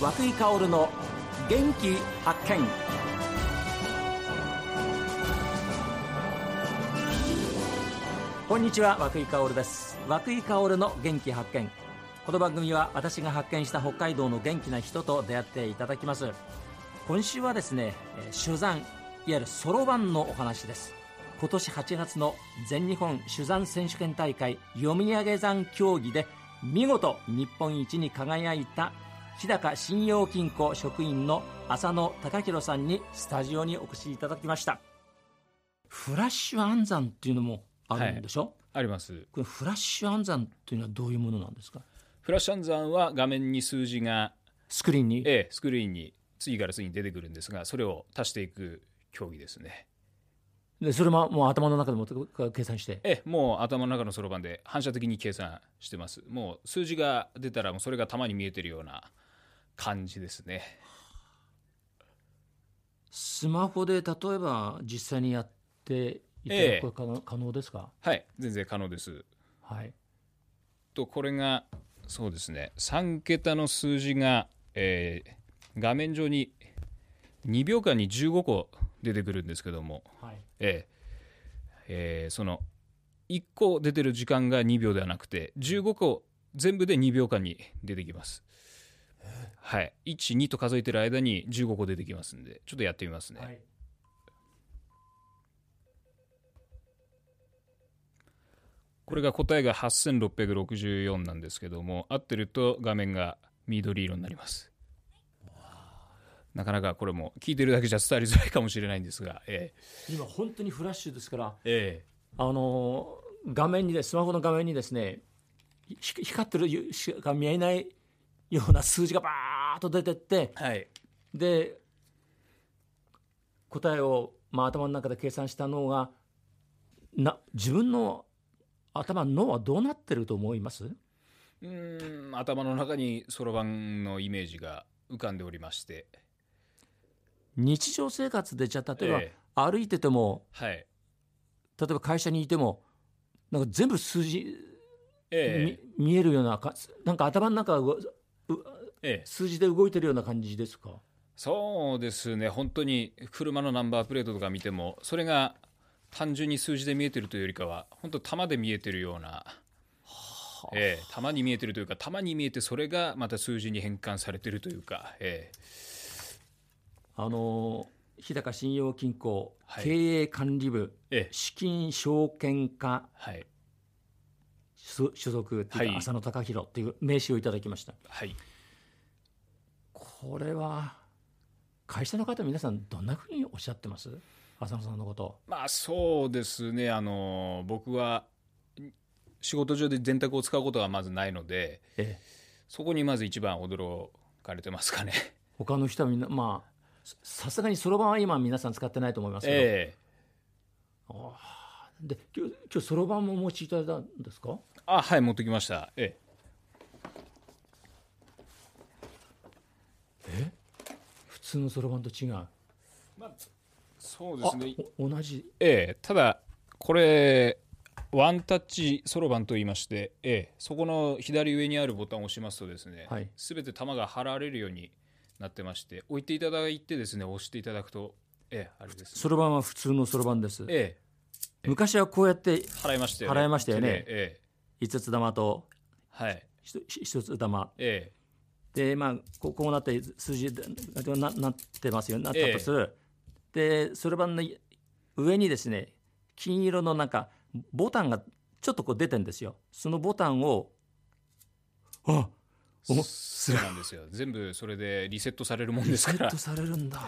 松井香織の元気発見。こんにちは、松井香織です。松井香織の元気発見。この番組は私が発見した北海道の元気な人と出会っていただきます。今週はですね、手山、いわゆるそろばんのお話です。今年8月の全日本手山選手権大会読み上げ山競技で見事日本一に輝いた日高信用金庫職員の浅野貴弘さんにスタジオにお越しいただきました。フラッシュ暗算っていうのもあるんでしょ？ はい、あります。 これフラッシュ暗算というのはどういうものなんですか？ フラッシュ暗算は画面に数字がスクリーンに、 スクリーンに次から次に出てくるんですが、それを足していく競技ですね。 でそれももう頭の中でも計算して、 もう頭の中のそろばんで反射的に計算してます。もう数字が出たらもうそれが玉に見えてるような感じですね。 スマホで例えば実際にやっていただくことは可能ですか？ はい、全然可能です。 はい。 とこれがそうですね、3桁の数字が、画面上に2秒間に15個出てくるんですけども、 はい、 その1個出てる時間が2秒ではなくて15個全部で2秒間に出てきます。はい、1、2と数えてる間に15個出てきますんで、ちょっとやってみますね。はい、これが答えが8664なんですけども、合ってると画面が緑色になります。なかなかこれも聞いてるだけじゃ伝わりづらいかもしれないんですが、 今本当にフラッシュですから、画面にスマホの画面にですね、光ってるしか見えないような数字がバーッと出てって、 はい、 で答えを、頭の中で計算した脳が自分の頭の脳はどうなってると思います？ 頭の中にそろばんのイメージが浮かんでおりまして、 日常生活でじゃあ例えば、歩いてても、例えば会社にいてもなんか全部数字、見えるようななんか頭の中が、数字で動いてるような感じですか？ そうですね、本当に車のナンバープレートとか見てもそれが単純に数字で見えてるというよりかは本当玉で見えてるような、玉に見えてるというか、玉に見えてそれがまた数字に変換されてるというか、 日高信用金庫、経営管理部、資金証券課、所属というか、浅野貴弘という名刺をいただきました。これは会社の方皆さんどんなふうにおっしゃってます？浅野さんのこと。 そうですね、僕は仕事上で電卓を使うことがまずないので、そこにまず一番驚かれてますかね。 他の人はみんなさすがにそろばんは今皆さん使ってないと思いますけど、で今日そろばんもお持ちいただいたんですか？ はい、持ってきました。 普通のそろばんと違う？ そうですね、 同じ。 ただこれワンタッチそろばんといいまして、そこの左上にあるボタンを押しますとですね、すべて玉が払われるようになってまして、置いていただいてですね、押していただくと、あれですね、 そろばんは普通のそろばんです。昔はこうやって払いましたよね。5つ玉と1つ玉、でこうなって数字なってますよ、なったとする。でそろばんの上にですね、金色のなんかボタンがちょっとこう出てるんですよ。そのボタンをそうなんですよ、全部それでリセットされるもんですから。 リセットされるんだ。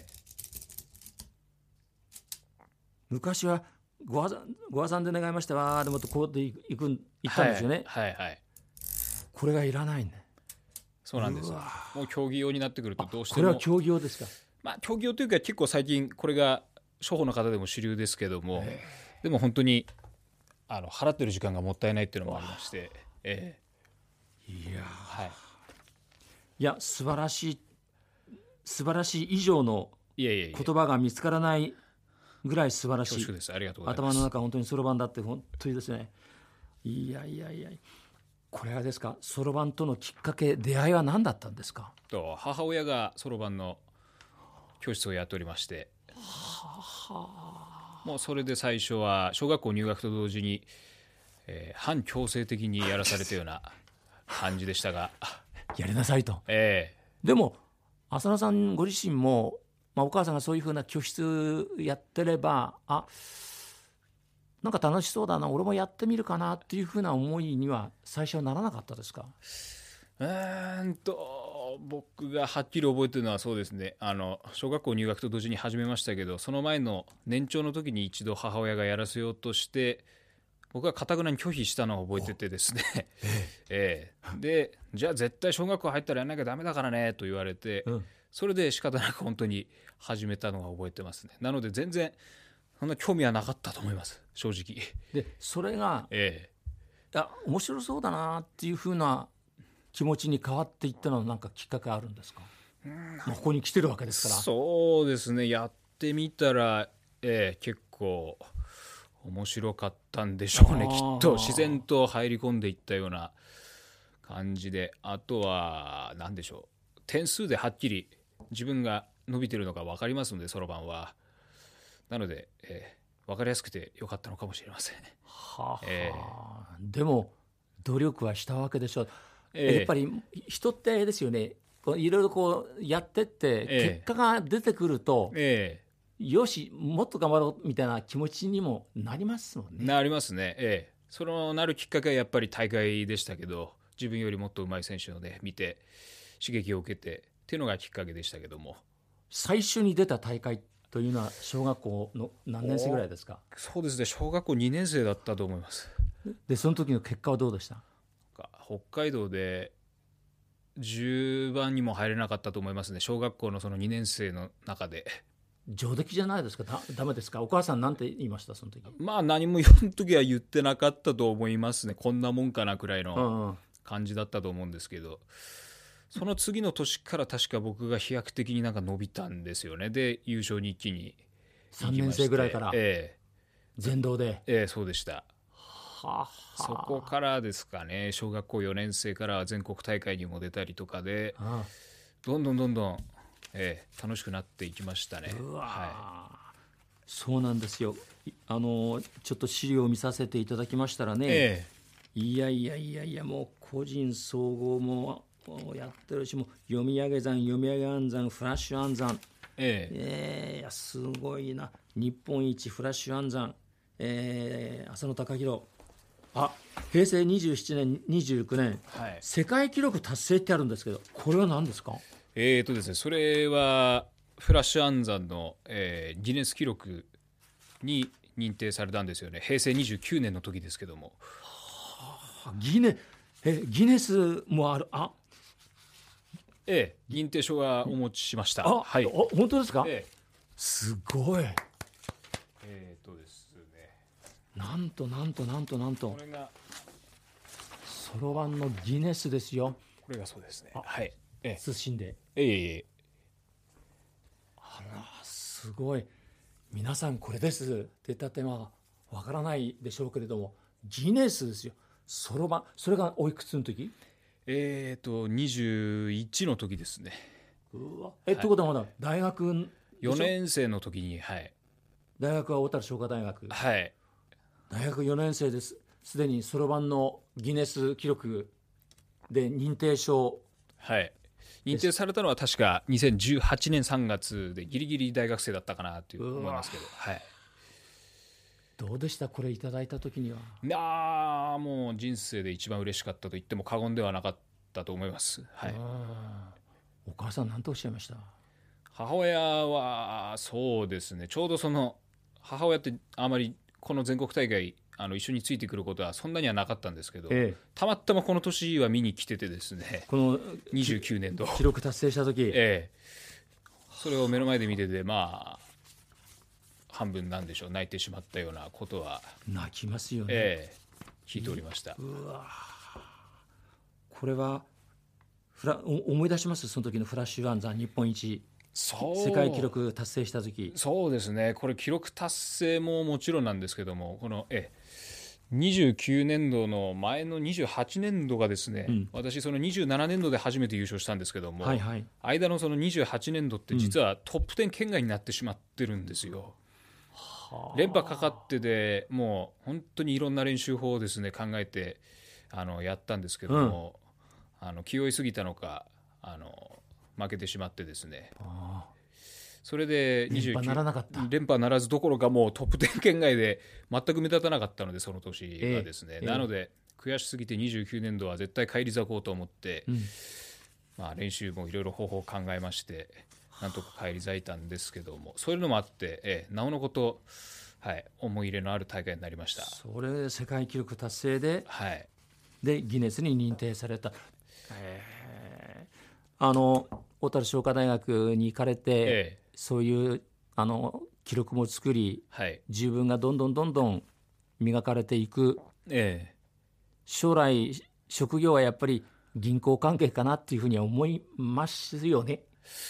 昔はご破算で願いましたわでもってこうで行ったんですよね。これがいらないね。 そうなんです。もう競技用になってくるとどうしても。 これは競技用ですか？ 競技用というか結構最近これが初歩の方でも主流ですけども、でも本当に払ってる時間がもったいないっていうのもありまして、 いや素晴らしい以上の言葉が見つからないぐらい素晴らしい。 恐縮です。ありがとうございます。 頭の中本当にそろばんだって本当にですね。いやこれはですか、そろばんとのきっかけ、出会いは何だったんですか？ と母親がそろばんの教室をやっておりまして、もうそれで最初は小学校入学と同時に、反強制的にやらされたような感じでしたがやりなさいと。 えでも浅野さんご自身も、お母さんがそういうふうな教室やってれば、なんか楽しそうだな、俺もやってみるかなっていうふうな思いには最初はならなかったですか？ 僕がはっきり覚えてるのはそうですね、小学校入学と同時に始めましたけど、その前の年長の時に一度母親がやらせようとして僕は堅くなに拒否したのを覚えててですねで、じゃあ絶対小学校入ったらやんなきゃダメだからねと言われて、それで仕方なく本当に始めたのが覚えてますね。なので全然そんな興味はなかったと思います、正直。 でそれが、面白そうだなっていうふうな気持ちに変わっていったのは何かきっかけあるんですか？ここに来てるわけですから。 そうですね、やってみたら、結構面白かったんでしょうね、きっと自然と入り込んでいったような感じで、あとは何でしょう、点数ではっきり自分が伸びてるのが分かりますので、そろばんは。なので、分かりやすくてよかったのかもしれません。 でも努力はしたわけでしょう。やっぱり人ってあれですよね、いろいろこうやってって結果が出てくると、よしもっと頑張ろうみたいな気持ちにもなりますもんね。 なりますね。そのなるきっかけはやっぱり大会でしたけど、自分よりもっと上手い選手をね見て刺激を受けてっていうのがきっかけでしたけども。 最初に出た大会というのは小学校の何年生ぐらいですか？ そうですね、小学校2年生だったと思います。 でその時の結果はどうでした？ 北海道で10番にも入れなかったと思いますね、小学校のその2年生の中で。 上出来じゃないですか？ダメですか？お母さんなんて言いました、その時？ 何もその時は言ってなかったと思いますね。こんなもんかなくらいの感じだったと思うんですけど、その次の年から確か僕が飛躍的になんか伸びたんですよね。で優勝に一気に 3年生ぐらいから全道で、 そうでした。そこからですかね、小学校4年生から全国大会にも出たりとかで、どんどん、楽しくなっていきましたね。 そうなんですよ。ちょっと資料を見させていただきましたらね、いやもう個人総合もやってるし、もう読み上げ算読み上げ暗算フラッシュ暗算、すごいな。日本一フラッシュ暗算、浅野貴弘、平成27年29年、世界記録達成ってあるんですけど、これは何ですか？ ですね、それはフラッシュ暗算の、ギネス記録に認定されたんですよね。平成29年の時ですけども。 ギネスもある。 認定書はお持ちしました。 本当ですか？すごい。 ですね、 なんとこれがそろばんのギネスですよ。 これがそうですね。 謹んで。すごい。皆さんこれですって言ったってわからないでしょうけれども、ギネスですよ、そろばん。それがおいくつの時 ？21の時ですね。 ということはまだ大学 4年生の時に、 大学は小樽商科大学、大学4年生です。すでにそろばんのギネス記録で認定証、 認定されたのは確か2018年3月で、ギリギリ大学生だったかなと思いますけど。 どうでした、これいただいた時には？ もう人生で一番嬉しかったと言っても過言ではなかったと思います。 お母さん何とおっしゃいました？ 母親はそうですね、ちょうどその母親ってあまりこの全国大会一緒についてくることはそんなにはなかったんですけど、たまたまこの年は見に来ててですね、 この 29年度記録達成した時、 それを目の前で見てて、半分なんでしょう、泣いてしまったようなことは泣きますよね、 聞いておりました。 これは思い出します？その時のフラッシュ暗算日本一世界記録達成した時。 そうですね、これ記録達成ももちろんなんですけども、この 29年度の前の28年度がですね、私その27年度で初めて優勝したんですけども、 はいはい、 間のその28年度って実はトップ10圏外になってしまってるんですよ。連覇かかってでもう本当にいろんな練習法をですね考えてやったんですけども、気負いすぎたのか負けてしまってですね、それで連覇ならなかった。 連覇ならずどころかもうトップ10圏外で全く目立たなかったので、その年はですね、なので悔しすぎて29年度は絶対返り咲こうと思って、練習もいろいろ方法を考えましてなんとか返り咲いたんですけども、そういうのもあって、なおのこと、思い入れのある大会になりました。 それ世界記録達成で、 でギネスに認定された。小樽商科大学に行かれて、そういう記録も作り、自分がどんどん磨かれていく、将来職業はやっぱり銀行関係かなっていうふうには思いますよね。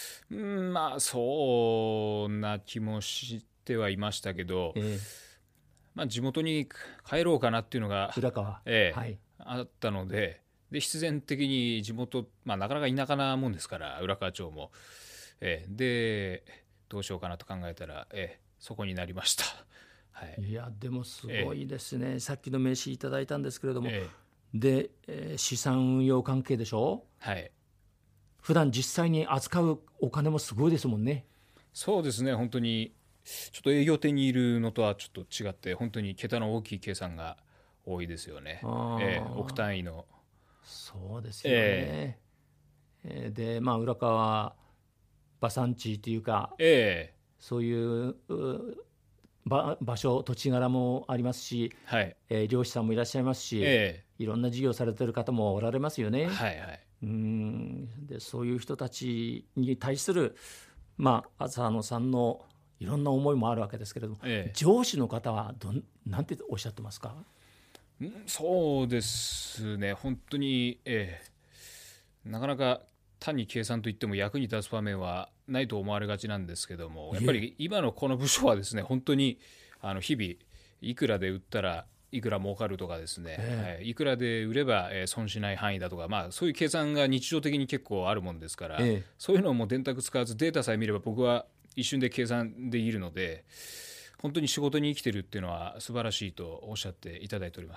そんな気もしてはいましたけど、地元に帰ろうかなっていうのが浦川、 あったので、必然的に地元、なかなか田舎なもんですから浦河町も、でどうしようかなと考えたら、そこになりました。 いやでもすごいですね、さっきの名刺いただいたんですけれども、で、資産運用関係でしょ。普段実際に扱うお金もすごいですもんね。 そうですね、本当にちょっと営業店にいるのとはちょっと違って本当に桁の大きい計算が多いですよね。億単位の。 そうですよね。で浦川は馬産地というか、そういう場所土地柄もありますし、漁師さんもいらっしゃいますし、いろんな事業されてる方もおられますよね。でそういう人たちに対する浅野さんのいろんな思いもあるわけですけれども、上司の方はなんておっしゃってますか？ そうですね、本当に、なかなか単に計算といっても役に立つ場面はないと思われがちなんですけども、やっぱり今のこの部署はですね、本当に日々いくらで売ったらいくら儲かるとかですね、いくらで売れば損しない範囲だとか、そういう計算が日常的に結構あるもんですから、そういうのをもう電卓使わずデータさえ見れば僕は一瞬で計算できるので、本当に仕事に生きてるっていうのは素晴らしいとおっしゃっていただいております。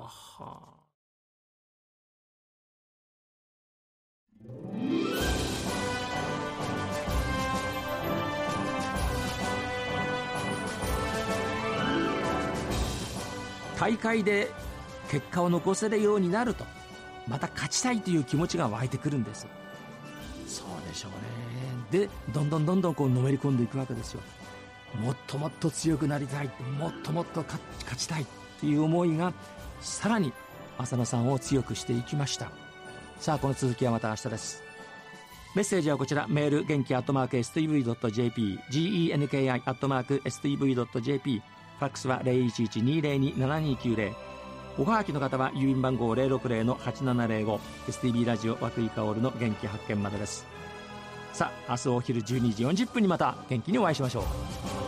大会で結果を残せるようになると、また勝ちたいという気持ちが湧いてくるんです。そうでしょうね。でどんどんのめり込んでいくわけですよ。もっともっと強くなりたい、もっともっと勝ちたいという思いがさらに浅野さんを強くしていきました。さあこの続きはまた明日です。メッセージはこちら、メール元気@stv.jp、 genki@stv.jp、 ファックスは 011-202-7290、 おはがきの方は郵便番号 060-8705、 STB ラジオ和久井薫の元気発見までです。さあ明日お昼12時40分にまた元気にお会いしましょう。